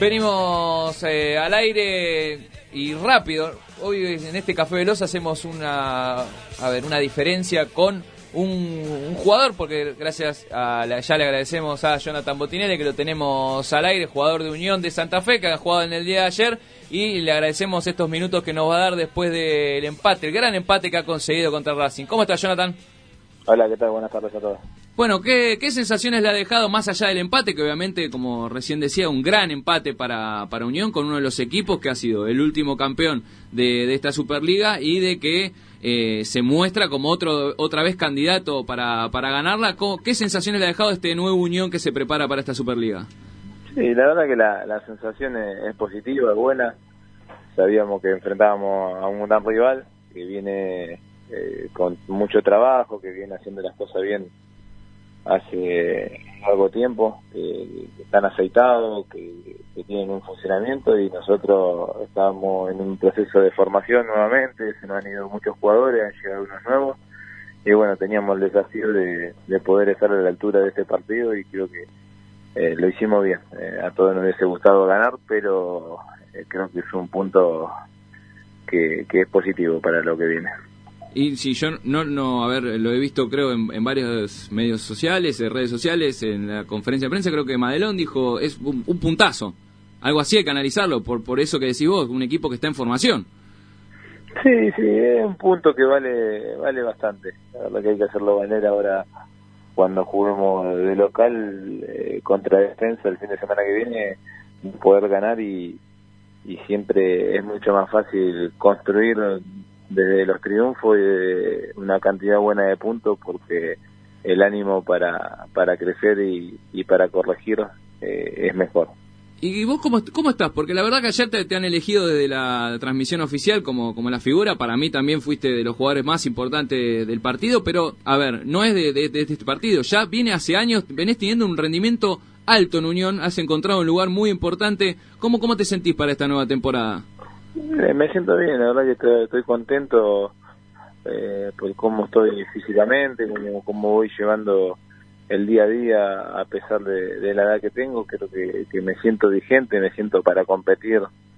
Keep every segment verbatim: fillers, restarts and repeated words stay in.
Venimos eh, al aire y rápido. Hoy en este Café Veloz hacemos una, a ver, una diferencia con un, un jugador, porque gracias a la, ya le agradecemos a Jonathan Botinelli que lo tenemos al aire, jugador de Unión de Santa Fe, que ha jugado en el día de ayer, y le agradecemos estos minutos que nos va a dar después del empate, el gran empate que ha conseguido contra Racing. ¿Cómo está, Jonathan? Hola, ¿qué tal? Buenas tardes a todos. Bueno, ¿qué, qué sensaciones le ha dejado más allá del empate? Que obviamente, como recién decía, un gran empate para, para Unión con uno de los equipos que ha sido el último campeón de, de esta Superliga y de que eh, se muestra como otro otra vez candidato para, para ganarla. ¿Qué sensaciones le ha dejado este nuevo Unión que se prepara para esta Superliga? Sí, la verdad que la, la sensación es, es positiva, es buena. Sabíamos que enfrentábamos a un gran rival que viene eh, con mucho trabajo, que viene haciendo las cosas bien hace largo tiempo, que, que están aceitados, que, que tienen un funcionamiento, y nosotros estamos en un proceso de formación nuevamente. Se nos han ido muchos jugadores, han llegado unos nuevos, y bueno, teníamos el desafío de, de poder estar a la altura de este partido, y creo que eh, lo hicimos bien. Eh, a todos nos hubiese gustado ganar, pero eh, creo que es un punto que, que es positivo para lo que viene. Y si yo no, no, a ver, lo he visto creo en, en varios medios sociales, en redes sociales, en la conferencia de prensa, creo que Madelón dijo, es un, un puntazo. Algo así hay que analizarlo, por por eso que decís vos, un equipo que está en formación. Sí, sí, es un punto que vale vale bastante. La verdad que hay que hacerlo valer ahora cuando juguemos de local eh, contra Defensa el fin de semana que viene, poder ganar, y, y siempre es mucho más fácil construir desde los triunfos y de una cantidad buena de puntos, porque el ánimo para para crecer y, y para corregir eh, es mejor. ¿Y vos cómo, cómo estás? Porque la verdad que ayer te, te han elegido desde la transmisión oficial como, como la figura. Para mí también fuiste de los jugadores más importantes del partido, pero a ver, no es de, de, de este partido. Ya viene hace años, venés teniendo un rendimiento alto en Unión, has encontrado un lugar muy importante. ¿Cómo, cómo te sentís para esta nueva temporada? Eh, me siento bien, la verdad que estoy, estoy contento eh, por cómo estoy físicamente, cómo, cómo voy llevando el día a día a pesar de, de la edad que tengo. Creo que, que me siento vigente, me siento para competir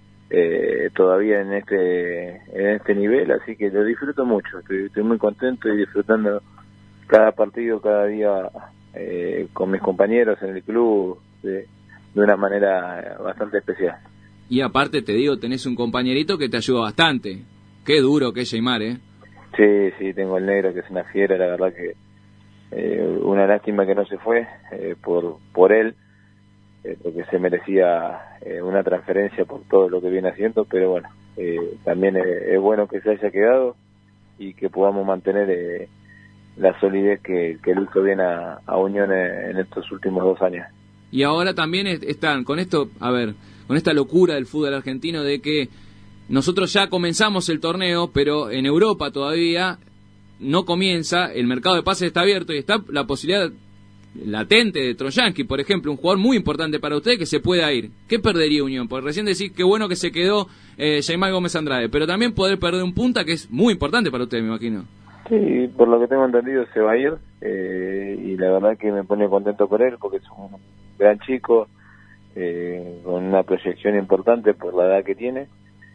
eh, todavía en este en este nivel, así que lo disfruto mucho. Estoy, estoy muy contento y disfrutando cada partido, cada día eh, con mis compañeros en el club de, de una manera bastante especial. Y aparte, te digo, tenés un compañerito que te ayuda bastante. Qué duro que es Yeimar, ¿eh? Sí, sí, tengo el negro que es una fiera, la verdad que eh, una lástima que no se fue eh, por por él, eh, porque se merecía eh, una transferencia por todo lo que viene haciendo, pero bueno, eh, también es, es bueno que se haya quedado y que podamos mantener eh, la solidez que, que le hizo bien a, a Unión en, en estos últimos dos años. Y ahora también están con esto, a ver, con esta locura del fútbol argentino de que nosotros ya comenzamos el torneo, pero en Europa todavía no comienza, el mercado de pases está abierto y está la posibilidad latente de Trojanski, por ejemplo, un jugador muy importante para usted que se pueda ir. ¿Qué perdería Unión? Porque recién decís que bueno que se quedó eh, Yeimar Gómez Andrade, pero también poder perder un punta que es muy importante para usted, me imagino. Sí, por lo que tengo entendido se va a ir, eh, y la verdad que me pone contento por él, porque es un gran chico, eh, con una proyección importante por la edad que tiene,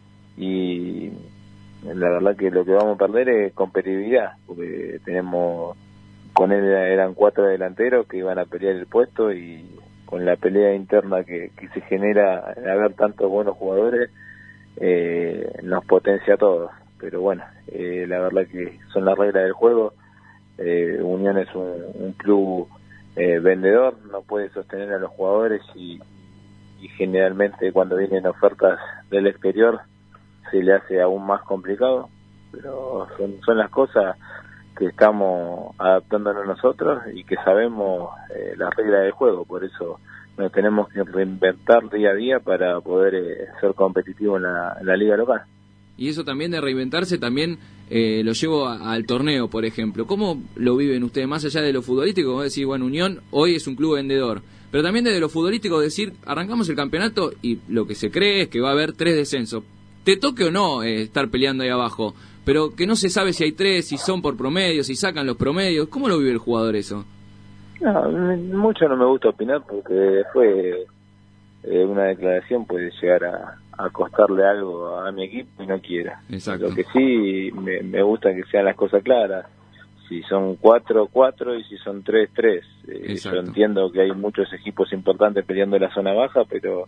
y la verdad que lo que vamos a perder es competitividad, porque tenemos, con él eran cuatro delanteros que iban a pelear el puesto, y con la pelea interna que, que se genera al haber tantos buenos jugadores, eh, nos potencia a todos. Pero bueno, eh, la verdad que son las reglas del juego. eh, Unión es un, un club eh, vendedor, no puede sostener a los jugadores, y, y generalmente cuando vienen ofertas del exterior se le hace aún más complicado, pero son, son las cosas que estamos adaptándonos nosotros y que sabemos eh, las reglas del juego. Por eso nos tenemos que reinventar día a día para poder eh, ser competitivos en la, en la liga local. Y eso también de reinventarse también eh, lo llevo a, al torneo, por ejemplo. ¿Cómo lo viven ustedes más allá de lo futbolístico? Vos decís, bueno, Unión hoy es un club vendedor, pero también desde lo futbolístico decir, arrancamos el campeonato y lo que se cree es que va a haber tres descensos. Te toque o no eh, estar peleando ahí abajo, pero que no se sabe si hay tres, si son por promedio, si sacan los promedios. ¿Cómo lo vive el jugador eso? No, mucho no me gusta opinar porque fue eh, una declaración puede llegar a, a costarle algo a mi equipo y no quiera. Exacto. Lo que sí me, me gusta que sean las cosas claras. Si son cuatro, cuatro, y si son tres, tres. Eh, yo entiendo que hay muchos equipos importantes peleando en la zona baja, pero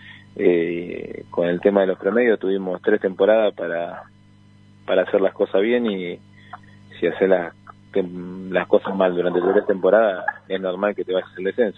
eh, con el tema de los promedios tuvimos tres temporadas para, para hacer las cosas bien, y si haces las, las cosas mal durante tres temporadas es normal que te vayas al descenso.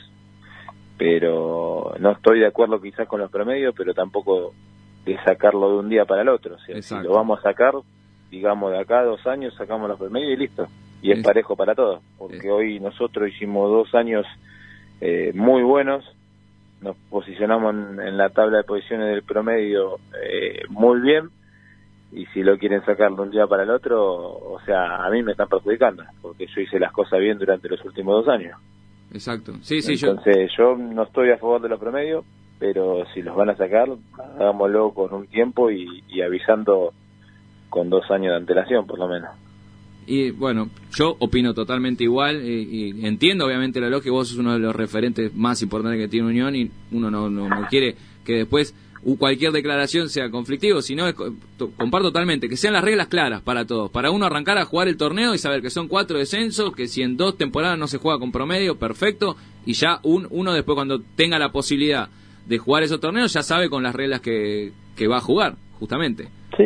Pero no estoy de acuerdo quizás con los promedios, pero tampoco de sacarlo de un día para el otro. O sea, si lo vamos a sacar, digamos de acá a dos años sacamos los promedios y listo. Y es parejo para todos, porque hoy nosotros hicimos dos años eh, muy buenos, nos posicionamos en, en la tabla de posiciones del promedio eh, muy bien, y si lo quieren sacar de un día para el otro, o sea, a mí me están perjudicando, porque yo hice las cosas bien durante los últimos dos años. Exacto, sí, sí. Entonces yo... yo no estoy a favor de los promedios, pero si los van a sacar, hagámoslo con un tiempo y, y avisando con dos años de antelación, por lo menos. Y bueno, yo opino totalmente igual, y, y entiendo obviamente la lógica. Vos sos uno de los referentes más importantes que tiene Unión, y uno no, no, no quiere que después cualquier declaración sea conflictivo, sino es, comparto totalmente, que sean las reglas claras para todos, para uno arrancar a jugar el torneo y saber que son cuatro descensos, que si en dos temporadas no se juega con promedio, perfecto, y ya un, uno después cuando tenga la posibilidad de jugar esos torneos ya sabe con las reglas que, que va a jugar, justamente. Sí,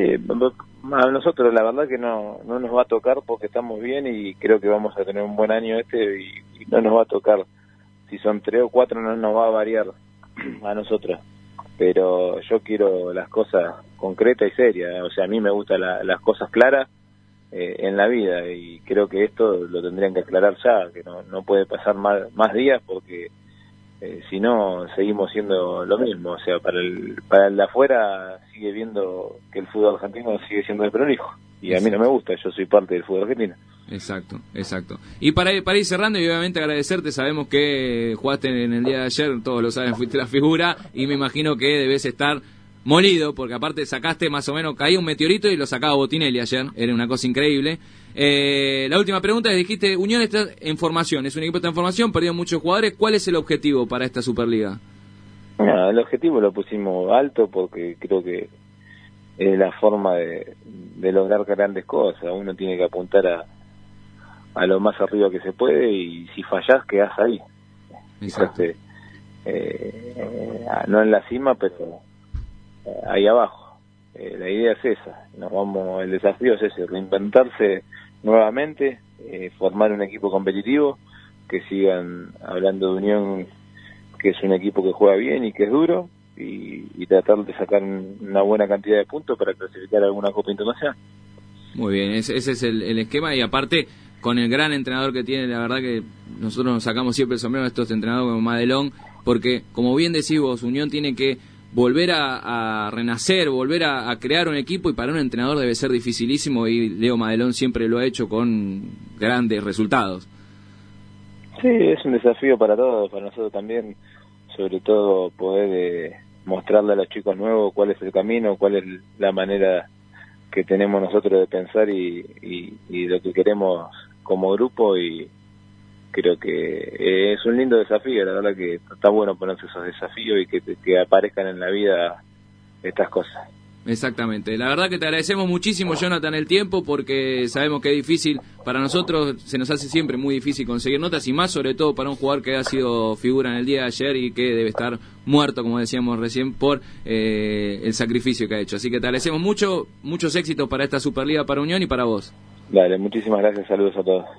a nosotros la verdad que no, no nos va a tocar porque estamos bien y creo que vamos a tener un buen año este, y, y no nos va a tocar. Si son tres o cuatro no nos va a variar a nosotros, pero yo quiero las cosas concretas y serias. O sea, a mí me gustan la, las cosas claras eh, en la vida, y creo que esto lo tendrían que aclarar ya, que no, no puede pasar más, más días porque Eh, si no, seguimos siendo lo mismo. O sea, para el para el de afuera sigue viendo que el fútbol argentino sigue siendo de prolijo, y a mí no me gusta, yo soy parte del fútbol argentino. Exacto, exacto. Y para, para ir cerrando, y obviamente agradecerte, sabemos que jugaste en el día de ayer, todos lo saben, fuiste la figura, y me imagino que debes estar molido, porque aparte sacaste más o menos, caía un meteorito y lo sacaba Botinelli ayer, era una cosa increíble. Eh, la última pregunta es, dijiste, Unión está en formación, es un equipo que está en formación, perdió muchos jugadores, ¿cuál es el objetivo para esta Superliga? No, el objetivo lo pusimos alto porque creo que es la forma de, de lograr grandes cosas. Uno tiene que apuntar a, a lo más arriba que se puede, y si fallás quedás ahí. Exacto. Entonces, eh, no en la cima, pero ahí abajo. Eh, la idea es esa. Nos vamos, el desafío es ese, reinventarse nuevamente, eh, formar un equipo competitivo, que sigan hablando de Unión, que es un equipo que juega bien y que es duro, y, y tratar de sacar una buena cantidad de puntos para clasificar a alguna Copa Internacional. Muy bien, ese, ese es el, el esquema, y aparte con el gran entrenador que tiene, la verdad que nosotros nos sacamos siempre el sombrero a estos entrenadores como Madelón, porque como bien decís vos, Unión tiene que volver a, a renacer, volver a, a crear un equipo, y para un entrenador debe ser dificilísimo, y Leo Madelón siempre lo ha hecho con grandes resultados. Sí, es un desafío para todos, para nosotros también, sobre todo poder eh, mostrarle a los chicos nuevos cuál es el camino, cuál es la manera que tenemos nosotros de pensar y, y, y lo que queremos como grupo, y creo que es un lindo desafío. La verdad que está bueno ponerse esos desafíos y que, que aparezcan en la vida estas cosas. Exactamente, la verdad que te agradecemos muchísimo, Jonathan, el tiempo, porque sabemos que es difícil, para nosotros se nos hace siempre muy difícil conseguir notas, y más sobre todo para un jugador que ha sido figura en el día de ayer y que debe estar muerto, como decíamos recién, por eh, el sacrificio que ha hecho. Así que te agradecemos mucho, muchos éxitos para esta Superliga, para Unión y para vos. Dale, muchísimas gracias, saludos a todos.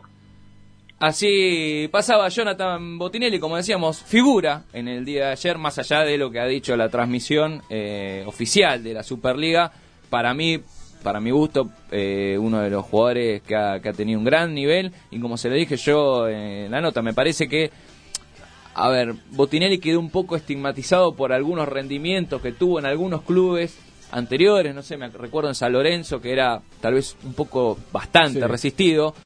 Así pasaba Jonathan Botinelli, como decíamos, figura en el día de ayer, más allá de lo que ha dicho la transmisión eh, oficial de la Superliga. Para mí, para mi gusto, eh, uno de los jugadores que ha, que ha tenido un gran nivel, y como se lo dije yo en la nota, me parece que, a ver, Botinelli quedó un poco estigmatizado por algunos rendimientos que tuvo en algunos clubes anteriores, no sé, me recuerdo en San Lorenzo, que era tal vez un poco bastante sí. resistido.